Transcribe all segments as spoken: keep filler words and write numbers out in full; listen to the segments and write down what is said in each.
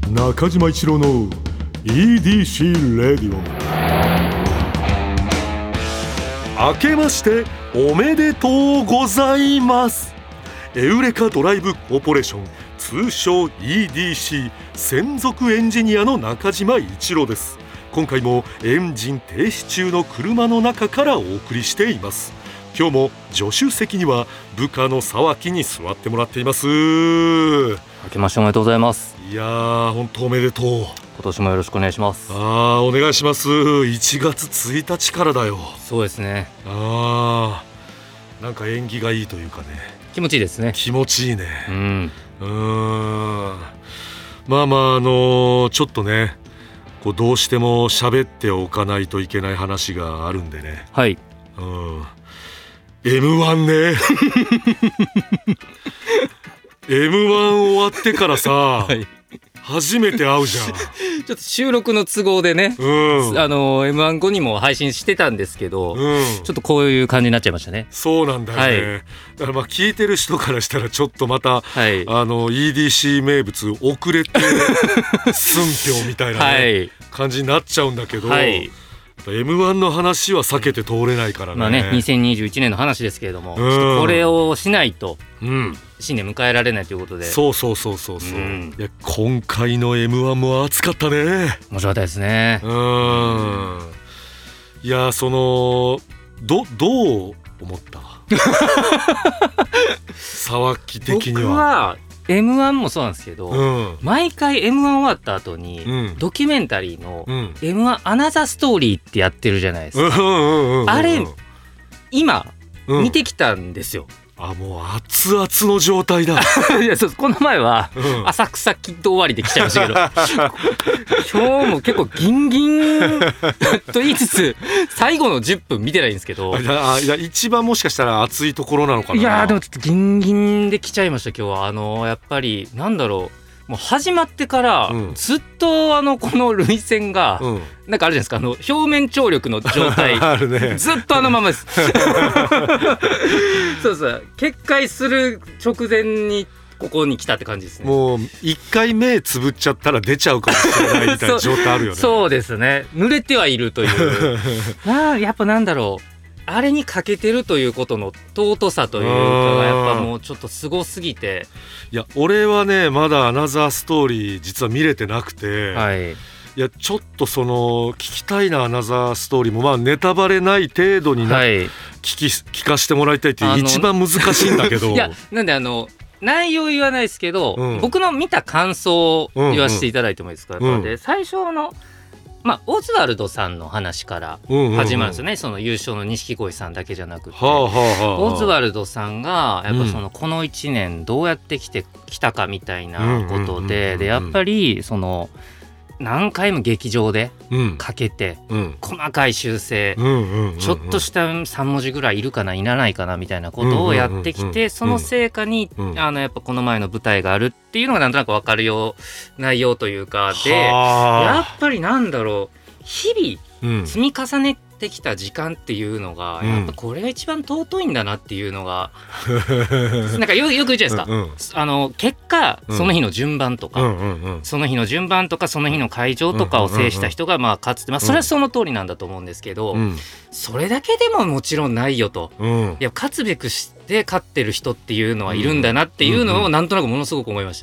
中島一郎の イーディーシー レディオ。明けましておめでとうございます。エウレカドライブコーポレーション、通称 イーディーシー 専属エンジニアの中島一郎です。今回もエンジン停止中の車の中からお送りしています。今日も助手席には部下の沢木に座ってもらっています。 明けましておめでとうございます。 いやー本当おめでとう。 今年もよろしくお願いします。 あーお願いします。いちがつついたちからだよ。 そうですね。 あーなんか縁起がいいというかね、 気持ちいいですね。 気持ちいいね。 うんうーんまあまああのー、ちょっとねこうどうしても喋っておかないといけない話があるんでね。 はい。 うん エムワン ねエムワン 終わってからさ、はい、初めて会うじゃん。 ちょっと収録の都合でね、うん、あの エムワン 後にも配信してたんですけど、うん、ちょっとこういう感じになっちゃいましたね。 そうなんだよね、はい、だからまあ聞いてる人からしたらちょっとまた、はい、あの イーディーシー 名物遅れて寸評みたいな、ねはい、感じになっちゃうんだけど、はい、エムワン の話は避けて通れないからね。 まあね、にせんにじゅういちねんの話ですけれども、うん、ちょっとこれをしないと、うん新年迎えられないということで。 そうそうそうそうそう、うん、いや今回の エムワン も熱かったね。 面白かったですね。 うん、いやそのどどう思った沢木的には。 僕は エムワン もそうなんですけど、うん、毎回 エムワン 終わった後に、うん、ドキュメンタリーの エムワン アナザーストーリーってやってるじゃないですか、うんうんうん、あれ今、うん、見てきたんですよ。 あもう熱々の状態だいやそうこの前は浅草キッド終わりで来ちゃいましたけど、うん、今日も結構ギンギンと言いつつ最後のじゅっぷん見てないんですけど、 いやいや一番もしかしたら熱いところなのかな。 いやでもちょっとギンギンで来ちゃいました今日は。あのやっぱりなんだろう、もう始まってからずっとあのこの涙腺がなんかあるじゃないですか、あの表面張力の状態あるね、 ずっとあのままですそうそう決壊する直前にここに来たって感じですね。 もう一回目つぶっちゃったら出ちゃうかもしれないみたいな状態あるよねそ, そうですね、濡れてはいるというなやっぱなんだろう、あれに欠けてるということの尊さというかがやっぱもうちょっとすごすぎて。 いや俺はねまだアナザーストーリー実は見れてなくて、はい、いやちょっとその聞きたいな。アナザーストーリーもまあネタバレない程度にな、はい、聞, き聞かせてもらいたいっていう一番難しいんだけどいやなんであの内容言わないですけど、うん、僕の見た感想を言わせていただいてもいいですか、うんうん、で最初のまあ、オズワルドさんの話から始まるんですよね、うんうんうん、その優勝の錦鯉さんだけじゃなくて、はあはあはあ、オズワルドさんがやっぱそのこのいちねんどうやってきてきたかみたいなことで、でやっぱりその何回も劇場でかけて、うん、細かい修正、うんうんうんうん、ちょっとしたさん文字ぐらいいるかないらないかなみたいなことをやってきて、うんうんうんうん、その成果に、うん、あのやっぱこの前の舞台があるっていうのがなんとなく分かるよう内容というかで、やっぱりなんだろう、日々積み重ねてきた時間っていうのが、うん、やっぱこれが一番尊いんだなっていうのが、うん、なんか よ, よく言うじゃないですか、うんうん、あの結果その日の順番とか、うんうんうん、その日の順番とかその日の会場とかを制した人がまあ勝つって、まあ、それはその通りなんだと思うんですけど、うん、それだけでももちろんないよと、うん、いや勝つべくして勝ってる人っていうのはいるんだなっていうのをなんとなくものすごく思いました、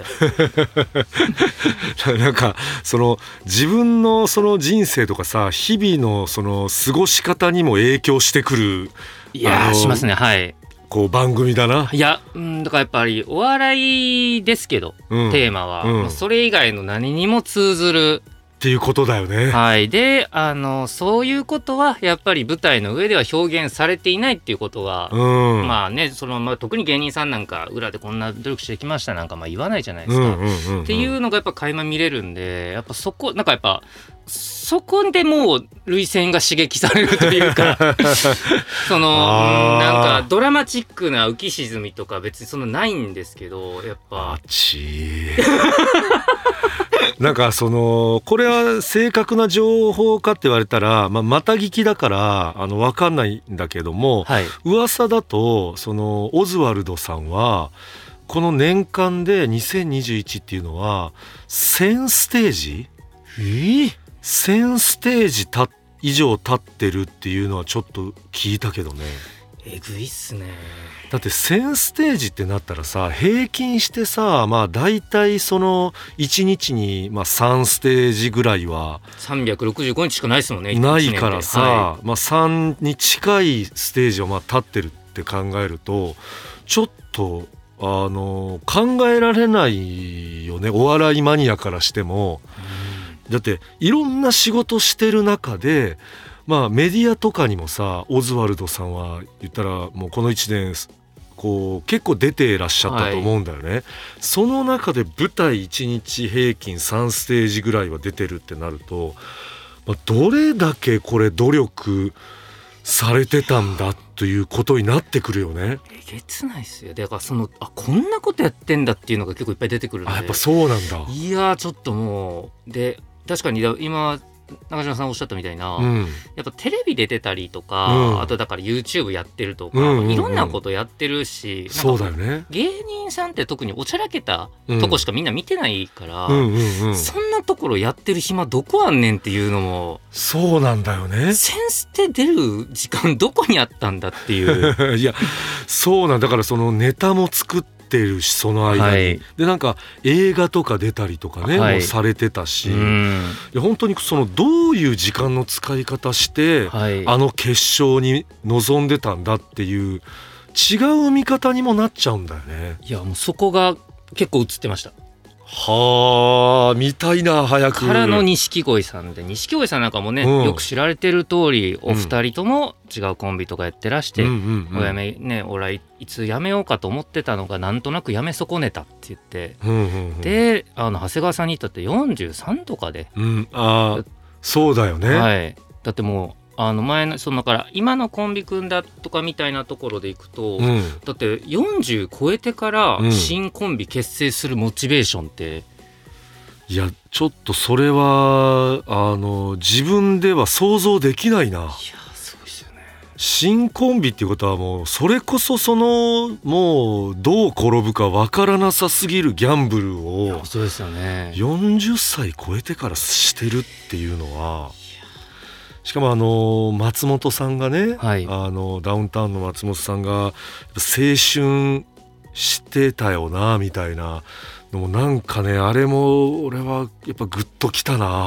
なんかその自分のその人生とかさ、日々のその過ごし方にも影響してくる。 いやしますね。はい、 こう番組だな。 いや、うん、だからやっぱりお笑いですけど、うん、テーマは、うん、それ以外の何にも通ずるっていうことだよね。 はい、であのそういうことはやっぱり舞台の上では表現されていないっていうことは、うん、まあねその、まあ、特に芸人さんなんか裏でこんな努力してきましたなんかまあ言わないじゃないですか、うんうんうんうん、っていうのがやっぱ垣間見れるんで、やっぱそこなんかやっぱそこでもう涙腺が刺激されるというかそのなんかドラマチックな浮き沈みとか別にそのないんですけど、やっぱあちなんかそのこれは正確な情報かって言われたら、まあ、また聞きだからあの分かんないんだけども、はい、噂だとそのオズワルドさんはこの年間でにせんにじゅういちっていうのはせんステージ、 えー、 せんステージた以上立ってるっていうのはちょっと聞いたけどね。 えぐいっすね。 だってせんステージってなったらさ、平均してさ、まあだいたいそのいちにちにまあさんステージぐらいはさんびゃくろくじゅうごにちしかないですもんね。 ないからさ、 はい、 まあさんに近いステージをまあ立ってるって考えるとちょっとあの考えられないよね、お笑いマニアからしても。だっていろんな仕事してる中で、まあメディアとかにもさ、オズワルドさんは言ったらもうこのいちねんこう結構出ていらっしゃったと思うんだよね、はい、その中で舞台いちにち平均さんステージぐらいは出てるってなると、まあ、どれだけこれ努力されてたんだということになってくるよね。 えげつないっすよ。だからそのあこんなことやってんだっていうのが結構いっぱい出てくるんで。 あ、やっぱそうなんだ。 いやちょっともうで確かに今中島さんおっしゃったみたいな、うん、やっぱテレビ出てたりとか、うん、あとだから YouTube やってるとか、うんうんうん、いろんなことやってるし、 そうだよね。 芸人さんって特におちゃらけたとこしかみんな見てないから、 うんうんうんうん、 そんなところやってる暇どこあんねんっていうのも。 そうなんだよね。 センスって出る時間どこにあったんだっていういやそうなんだから、そのネタも作っててるし、その間に、はい、でなんか映画とか出たりとかね、はい、もうされてたし、うん、いや本当にそのどういう時間の使い方して、はい、あの決勝に臨んでたんだっていう違う見方にもなっちゃうんだよね。 いやもうそこが結構映ってました。 はあ、見たいな早く。 からの錦鯉さんで、錦鯉さんなんかもね、うん、よく知られてる通りお二人とも違うコンビとかやってらして、うんうんうん、おやめね俺いつやめようかと思ってたのがなんとなくやめ損ねたって言って、うんうんうん、であの長谷川さんに言ったってよんじゅうさんとかで、 うん、あそうだよね、 はい、だってもうあの前のそのだから今のコンビ組んだとかみたいなところでいくと、うん、だってよんじゅう超えてから新コンビ結成するモチベーションって、うん、 いやちょっとそれはあの自分では想像できないな。いやすごいですよね。 新コンビっていうことはもうそれこそそのもうどう転ぶかわからなさすぎるギャンブルをそうですよね、 よんじゅっさい超えてからしてるっていうのは、しかもあの松本さんがね、はい、あのダウンタウンの松本さんが青春してたよなみたいなのもなんかね、あれも俺はやっぱグッときたな。うん、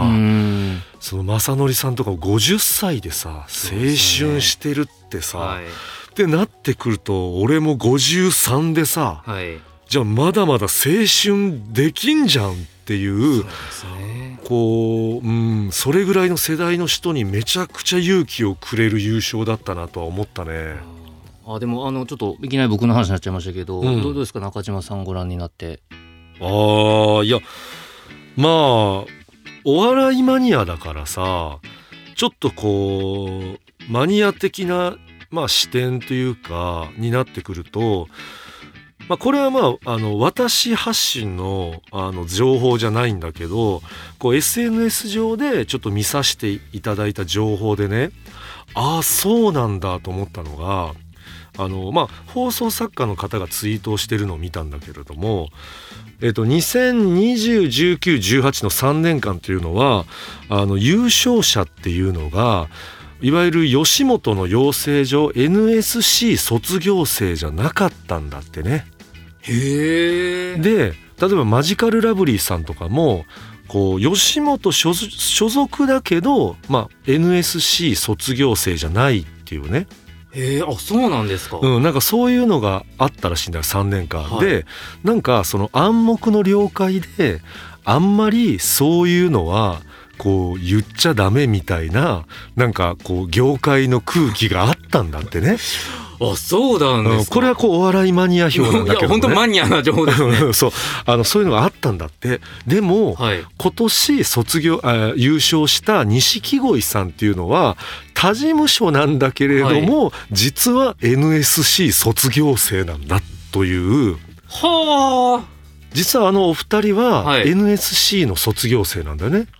その正則さんとかごじゅっさいでさ青春してるってさ、はい、ってなってくると俺もごじゅうさんでさ、はい、じゃあまだまだ青春できんじゃんっていう、そうですね、こう、うん、それぐらいの世代の人にめちゃくちゃ勇気をくれる優勝だったなとは思ったね。 あでもあのちょっといきなり僕の話になっちゃいましたけど、うん、どうですか中島さんご覧になって。 あいやまあお笑いマニアだからさ、ちょっとこうマニア的な、まあ、視点というかになってくると、まあ、これはまあ、あの私発信 の, あの情報じゃないんだけど、こう エスエヌエス 上でちょっと見させていただいた情報でね、ああそうなんだと思ったのが、あの、まあ、放送作家の方がツイートをしてるのを見たんだけれども、えっと、にせんにじゅう、じゅうきゅう、じゅうはちのさんねんかんというのはあの優勝者っていうのがいわゆる吉本の養成所 エヌエスシー 卒業生じゃなかったんだってね。 へー。 で例えばマジカルラブリーさんとかもこう吉本 所, 所属だけど、まあ、エヌエスシー 卒業生じゃないっていうね。 へー、あそうなんですか。 うん、なんかそういうのがあったらしいんだよさんねんかん、はい、でなんかその暗黙の了解であんまりそういうのはこう言っちゃダメみたいな、なんかこう業界の空気があったんだってね。 あそうなんですか。 これはこうお笑いマニア票なんだけどね。いや本当マニアな情報ですねそう、あのそういうのがあったんだって。でも、はい、今年卒業あ優勝した錦鯉さんっていうのは他事務所なんだけれども、はい、実は エヌエスシー 卒業生なんだという。 はあ。 実はあのお二人は エヌエスシー の卒業生なんだよね。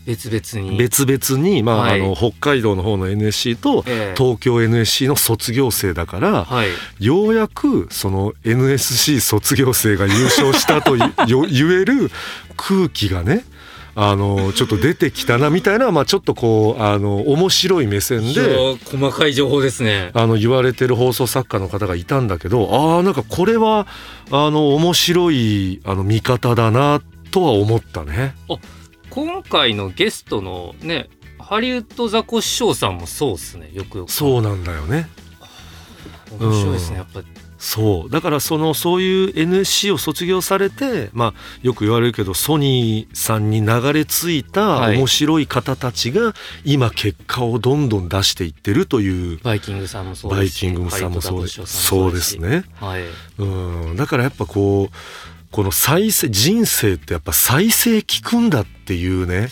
別々に別々に、まあはい、 あの北海道の方の エヌエスシー と東京 エヌエスシー の卒業生だから、はい、ようやくその エヌエスシー 卒業生が優勝したと言える空気がねあのちょっと出てきたなみたいな、まあ、ちょっとこうあの面白い目線で細かい情報ですねあの言われてる放送作家の方がいたんだけど、ああなんかこれはあの面白いあの見方だなとは思ったね。 あ、今回のゲストのねハリウッドザコシショウさんもそうですね。よくよくそうなんだよね。 面白いですね、うん、やっぱりそうだからそのそういう エヌエスシー を卒業されて、まあ、よく言われるけどソニーさんに流れ着いた面白い方たちが今結果をどんどん出していってるという。 バイキングさんもそうですし、 バイキングさんもそうです。そうですね、 はい、 うん、だからやっぱこうこの再生人生ってやっぱ再生聞くんだっていうね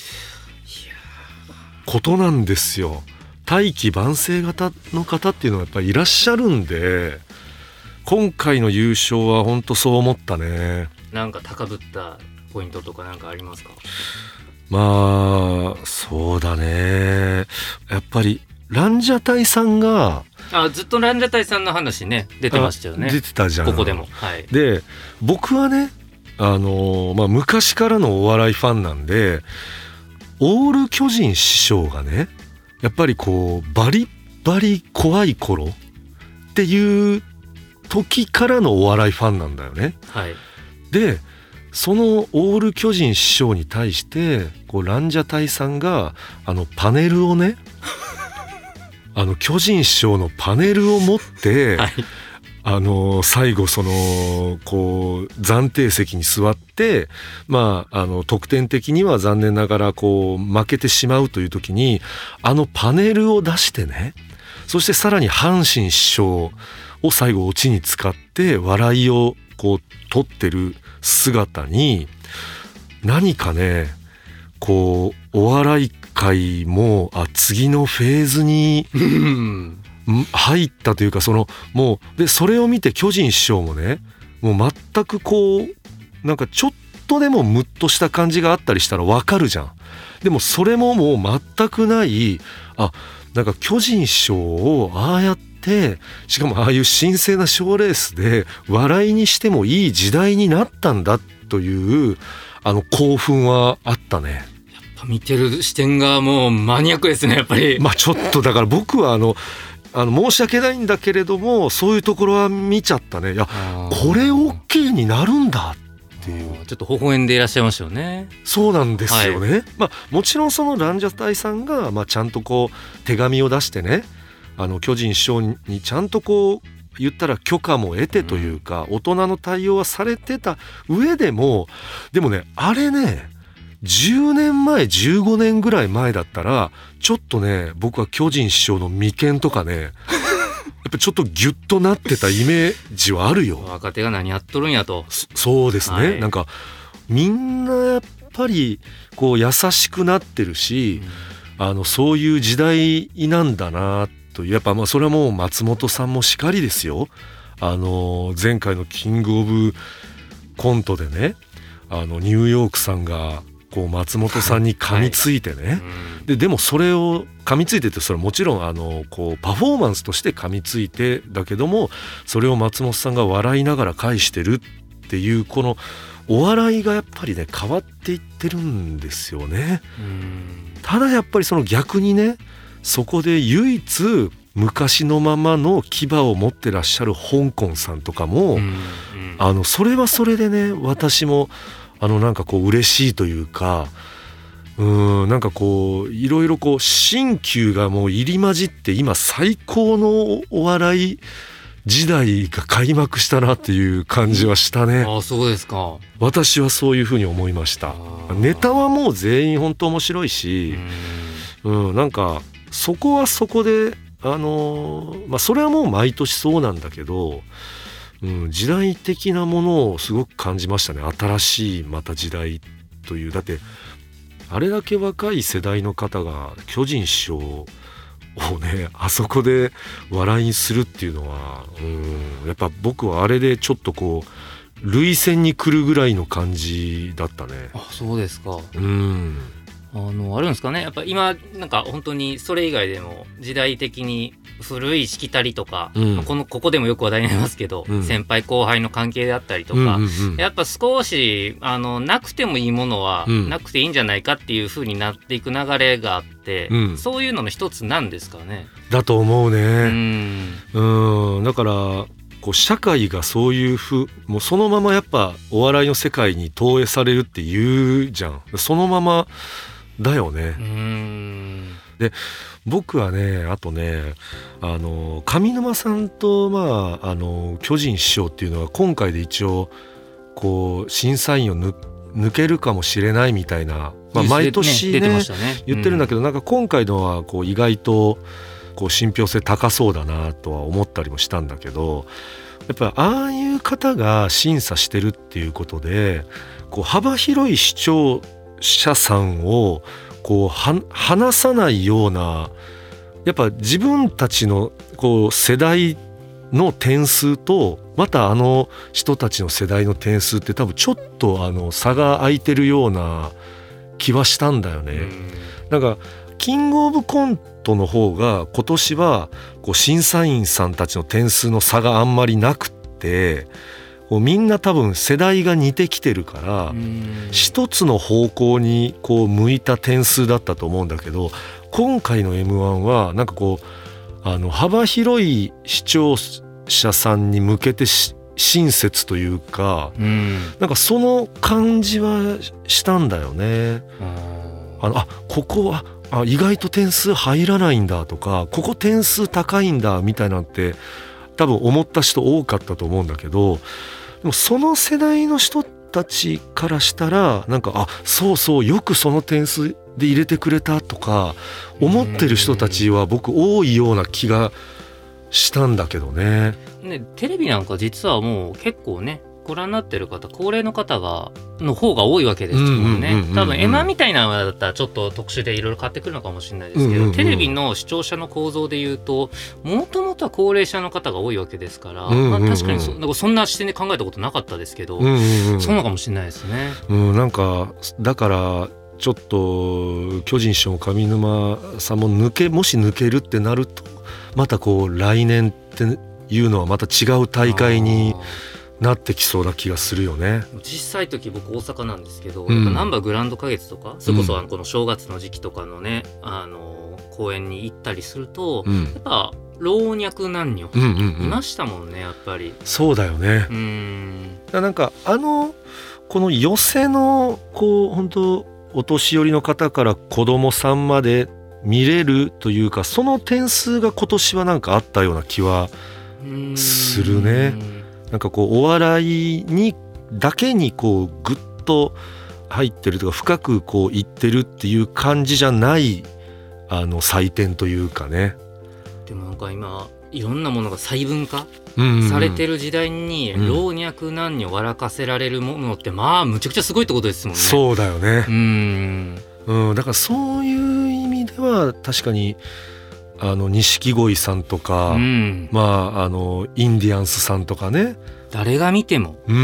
ことなんですよ。大器晩成型の方っていうのがやっぱりいらっしゃるんで、今回の優勝は本当そう思ったね。 なんか高ぶったポイントとかなんかありますか？ まあそうだね、やっぱりランジャタイさんがあずっとランジャタイさんの話ね出てましたよね。 出てたじゃんここでも、はい、 で僕はねあの、まあ、昔からのお笑いファンなんでオール巨人師匠がねやっぱりこうバリバリ怖い頃っていう時からのお笑いファンなんだよね、 はい、 でそのオール巨人師匠に対してこうランジャタイさんがあのパネルをねあの巨人師匠のパネルを持って、はい、あの最後そのこう暫定席に座って、まあ、あの得点的には残念ながらこう負けてしまうという時にあのパネルを出してね、そしてさらに阪神師匠を最後オチに使って笑いをこう取ってる姿に何かねこうお笑い界もあ次のフェーズに入ったというか、そのもうでそれを見て巨人師匠もねもう全くこうなんかちょっとでもムッとした感じがあったりしたらわかるじゃん。でもそれももう全くない、あなんか巨人師匠をああやってしかもああいう神聖な賞レースで笑いにしてもいい時代になったんだというあの興奮はあったね。 やっぱ見てる視点がもうマニアックですねやっぱり。 まあちょっとだから僕はあのあの申し訳ないんだけれどもそういうところは見ちゃったね。いやこれ OK になるんだっていうちょっと微笑んでいらっしゃいましたよね。 そうなんですよね、はい、まあ、もちろんそのランジャタイさんが、まあ、ちゃんとこう手紙を出してねあの巨人師匠にちゃんとこう言ったら許可も得てというか、うん、大人の対応はされてた上でもでもねあれねじゅうねんまえじゅうごねんぐらい前だったらちょっとね僕は巨人師匠の眉間とかねやっぱちょっとギュッとなってたイメージはあるよ。 若手が何やっとるんやと。 そ, そうですね、はい、なんかみんなやっぱりこう優しくなってるし、うん、あのそういう時代なんだなというやっぱまあそれはもう松本さんもしかりですよ。あの前回のキングオブコントでねあのニューヨークさんがこう松本さんに噛みついてね、はいうん、で, でもそれを噛みついてってそれはもちろんあのこうパフォーマンスとして噛みついてだけどもそれを松本さんが笑いながら返してるっていうこのお笑いがやっぱりね変わっていってるんですよね。うんただやっぱりその逆にねそこで唯一昔のままの牙を持ってらっしゃる香港さんとかも、うんうん、あのそれはそれでね私もあのなんかこう嬉しいというかうーんなんかこういろいろこう新旧がもう入り混じって今最高のお笑い時代が開幕したなっていう感じはしたね。 あ、そうですか。 私はそういうふうに思いました。ネタはもう全員本当面白いし、うん、うん、なんかそこはそこであのー、まあそれはもう毎年そうなんだけど、うん、時代的なものをすごく感じましたね。新しいまた時代というだってあれだけ若い世代の方が巨人師匠をねあそこで笑いにするっていうのは、うん、やっぱ僕はあれでちょっとこう涙腺に来るぐらいの感じだったね。 あ、そうですか。 うん、 あのあるんですかね、やっぱ今なんか本当にそれ以外でも時代的に古いしきたりとか、うんまあ、このここでもよく話題になりますけど、うん、先輩後輩の関係であったりとか、うんうんうん、やっぱ少しあのなくてもいいものはなくていいんじゃないかっていう風になっていく流れがあって、うん、そういうのの一つなんですかね。 だと思うね。うん、うんだからこう社会がそういうふもうそのままやっぱお笑いの世界に投影されるって言うじゃん。そのままだよね。うーんで僕はねあとねあの上沼さんと、まあ、あの巨人師匠っていうのは今回で一応こう審査員を抜抜けるかもしれないみたいな、まあ、毎年 ね, ね, ね言ってるんだけど、うん、なんか今回のはこう意外とこう信憑性高そうだなとは思ったりもしたんだけど、やっぱりああいう方が審査してるっていうことでこう幅広い視聴者さんをこうは離さないような、やっぱ自分たちのこう世代の点数とまたあの人たちの世代の点数って多分ちょっとあの差が開いてるような気はしたんだよね。なんかキングオブコントの方が今年はこう審査員さんたちの点数の差があんまりなくってこうみんな多分世代が似てきてるから一つの方向にこう向いた点数だったと思うんだけど、今回の エムワン はなんかこうあの幅広い視聴者さんに向けて親切というか、なんかその感じはしたんだよね。あのあここはあ意外と点数入らないんだとか、ここ点数高いんだみたいなんて多分思った人多かったと思うんだけど、でもその世代の人たちからしたらなんかあそうそうよくその点数で入れてくれたとか思ってる人たちは僕多いような気がしたんだけどね。 ね、テレビなんか実はもう結構ねご覧になってる方高齢の方がの方が多いわけですもんね。多分エマみたいなのだったらちょっと特殊でいろいろ変わってくるのかもしれないですけど、うんうんうん、テレビの視聴者の構造でいうともともとは高齢者の方が多いわけですから、うんうんうんまあ、確かに そ, なんかそんな視点で考えたことなかったですけど、うんうんうん、そうなのかもしれないですね、 うん、なんかだからちょっと巨人師匠も上沼さんも抜けもし抜けるってなるとまたこう来年っていうのはまた違う大会になってきそうな気がするよね。 小さい時僕大阪なんですけど、うん、やっぱ難波グランド花月とかそれこそこの正月の時期とかのね、うん、あの公演に行ったりすると、うん、やっぱ老若男女、うんうんうん、いましたもんねやっぱり。 そうだよね。うんなんかあのこの寄席のこう本当お年寄りの方から子供さんまで見れるというかその点数が今年はなんかあったような気はするね。なんかこうお笑いにだけにこうグッと入ってるとか深くこういってるっていう感じじゃないあの採点というかね。 でもなんか今いろんなものが細分化されてる時代に、うんうん、老若男女笑かせられるものってまあむちゃくちゃすごいってことですもんね。 そうだよね。うん、うん、だからそういう意味では確かにあの錦鯉さんとか、うん、まああのインディアンスさんとかね誰が見ても、うんうん、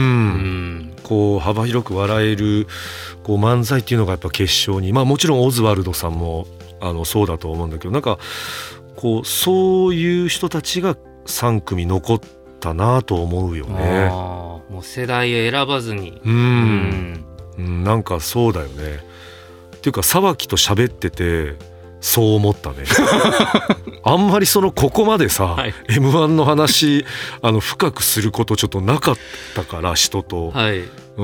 こう幅広く笑えるこう漫才っていうのがやっぱ決勝に、まあもちろんオズワルドさんもあのそうだと思うんだけど、なんかこうそういう人たちがさん組残ったなと思うよね。あもう世代を選ばずに、 うん、うん、なんかそうだよね。っていうか沢木と喋っててそう思ったねあんまりそのここまでさ、はい、エムワン の話あの深くすることちょっとなかったから人と、はいうん、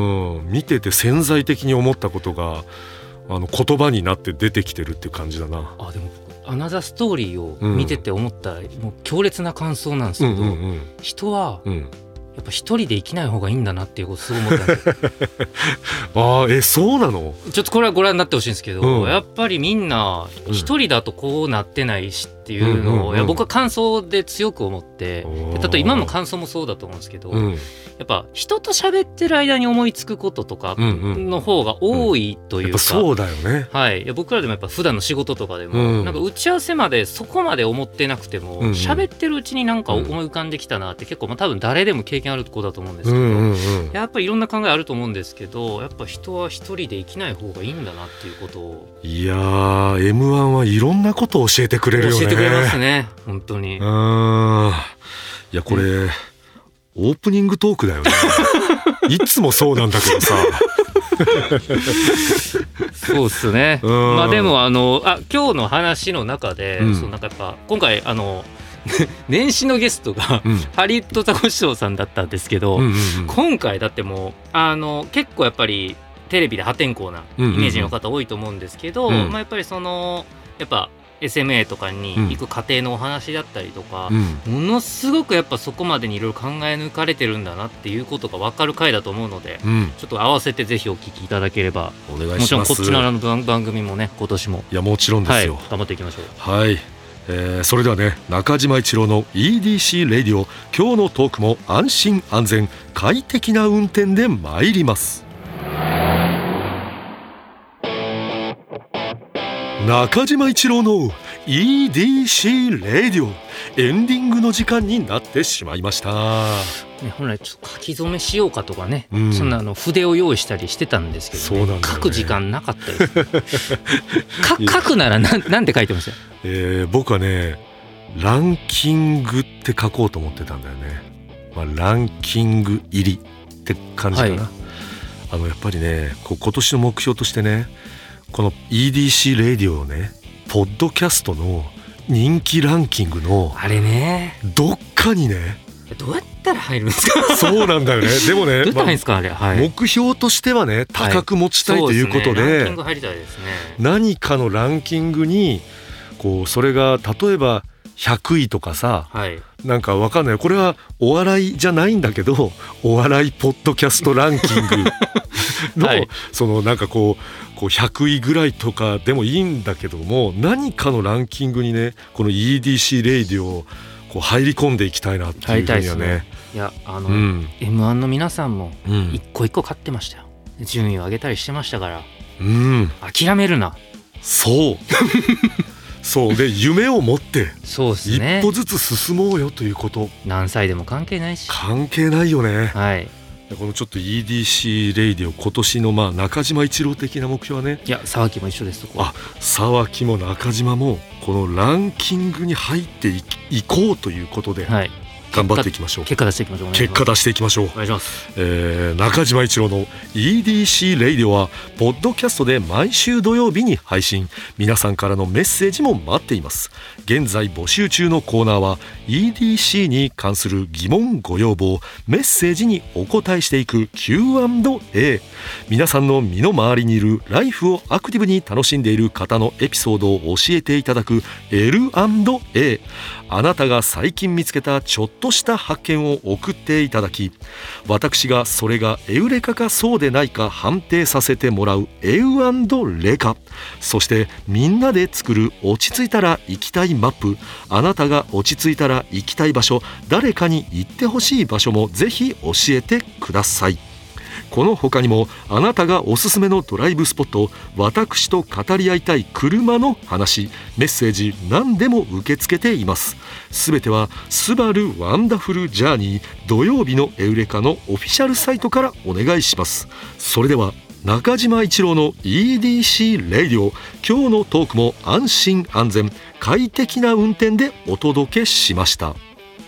見てて潜在的に思ったことがあの言葉になって出てきてるっていう感じだな。 あでもアナザーストーリーを見てて思った、うん、もう強烈な感想なんですけど、うんうんうん、人は、うん、やっぱ一人で生きない方がいいんだなっていうことすごい思ったんですよああえそうなの？ ちょっとこれはご覧になってほしいんですけど、うん、やっぱりみんな一人だとこうなってないし、 っていうのを、うんうんうん、いや僕は感想で強く思って、例えば今も感想もそうだと思うんですけど、うん、やっぱ人と喋ってる間に思いつくこととかの方が多いというか、うんうん、やっぱそうだよね、 はい、いや僕らでもやっぱ普段の仕事とかでも、うん、なんか打ち合わせまでそこまで思ってなくても喋、うんうん、ってるうちになんか思い浮かんできたなって結構、まあ、多分誰でも経験あることだと思うんですけど、うんうんうん、やっぱりいろんな考えあると思うんですけど、やっぱ人は一人で生きない方がいいんだなっていうことを、 いやー エムワン はいろんなことを教えてくれるよね。 教えてくれますね本当に。 うんいやこれ、ね、オープニングトークだよねいつもそうなんだけどさそうっすね。まあでもあのあ今日の話の中で、うん、そうなんかやっぱ今回あの年始のゲストが、うん、ハリウッドザコシショウさんだったんですけど、うんうんうん、今回だってもうあの結構やっぱりテレビで破天荒なイメージの方多いと思うんですけど、うんうんうん、まあ、やっぱりそのやっぱ エスエムエー とかに行く過程のお話だったりとか、うん、ものすごくやっぱそこまでにいろいろ考え抜かれてるんだなっていうことが分かる回だと思うので、うん、ちょっと合わせてぜひお聞きいただければ。 お願いします。 もちろんこっちのの番組もね今年もいやもちろんですよ、 はい、頑張っていきましょう。 はい、えー、それではね中島一郎の イーディーシー レディオ、今日のトークも安心安全快適な運転で参ります。中島一郎の イーディーシー レディオ、エンディングの時間になってしまいました、 ね、本来ちょっと書き初めしようかとかね、うん、そんなあの筆を用意したりしてたんですけど、ね、そうなんだよね、書く時間なかったです書くならななんて書いてました、 えー、僕はねランキングって書こうと思ってたんだよね、まあ、ランキング入りって感じかな、はい、あのやっぱりねこう今年の目標としてねこの イーディーシー レディオをねポッドキャストの人気ランキングのあれねどっかにねどうやったら入るんですかそうなんだよね。でもね、 どうやったらいいんですか、あれ、はい、 目標としてはね高く持ちたいということで、 はい、そうですね、ランキング入りたいですね。 何かのランキングにこうそれが例えばひゃくいとかさ、はい、なんかわかんない、これはお笑いじゃないんだけどお笑いポッドキャストランキングの、はい、そのなんかこうこうひゃくいぐらいとかでもいいんだけども、何かのランキングにねこの イーディーシー レイディをこう入り込んでいきたいなっていうふうにはね。 いやあの、うん、エムワン の皆さんも一個一個勝ってましたよ、うん、順位を上げたりしてましたから、うん、諦めるな。 そうそうで夢を持ってそうです、ね、 一歩ずつ進もうよということ。 何歳でも関係ないし。 関係ないよね、 はい、 このちょっと イーディーシー レイディオ今年のまあ中島一郎的な目標はね、 いや沢木も一緒です。そこあ沢木も中島もこのランキングに入っていこうということで、はい、頑張っていきましょう。 結果出していきましょう。 結果出していきましょう。 お願いします。 えー、中島一郎の イーディーシー レイディオはポッドキャストで毎週土曜日に配信。皆さんからのメッセージも待っています。現在募集中のコーナーは イーディーシー に関する疑問ご要望メッセージにお答えしていく キューアンドエー。 皆さんの身の回りにいるライフをアクティブに楽しんでいる方のエピソードを教えていただく エルアンドエー。 あなたが最近見つけたちょっとした発見を送っていただき、私がそれがエウレカかそうでないか判定させてもらうエウ&レカ。そしてみんなで作る落ち着いたら行きたいマップ。あなたが落ち着いたら行きたい場所、誰かに行ってほしい場所もぜひ教えてください。この他にもあなたがおすすめのドライブスポット、私と語り合いたい車の話、メッセージ何でも受け付けています。すべてはスバルワンダフルジャーニー土曜日のエウレカのオフィシャルサイトからお願いします。それでは中島一郎の イーディーシー レイディオ、今日のトークも安心安全快適な運転でお届けしました。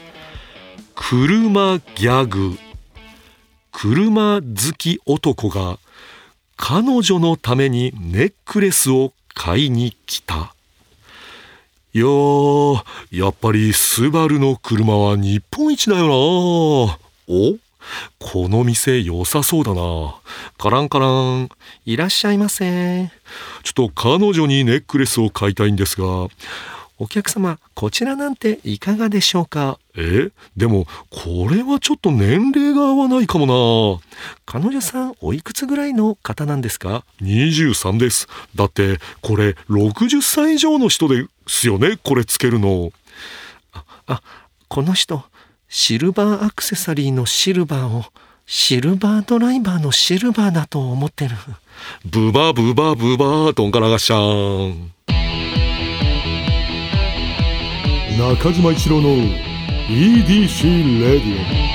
車ギャグ。車好き男が彼女のためにネックレスを買いに来た。いやー、やっぱりスバルの車は日本一だよな。お、この店良さそうだな。カランカラン、いらっしゃいませ。ちょっと彼女にネックレスを買いたいんですが、 お客様、こちらなんていかがでしょうか。え、でもこれはちょっと年齢が合わないかもな。彼女さんおいくつぐらいの方なんですか。にじゅうさんです。だってこれろくじゅっさい以上の人ですよね、これつけるの。あ、あ、この人シルバーアクセサリーのシルバーをシルバードライバーのシルバーだと思ってる。ブバブバブバトンカラガシャン。中島一郎の イーディーシー レディオ。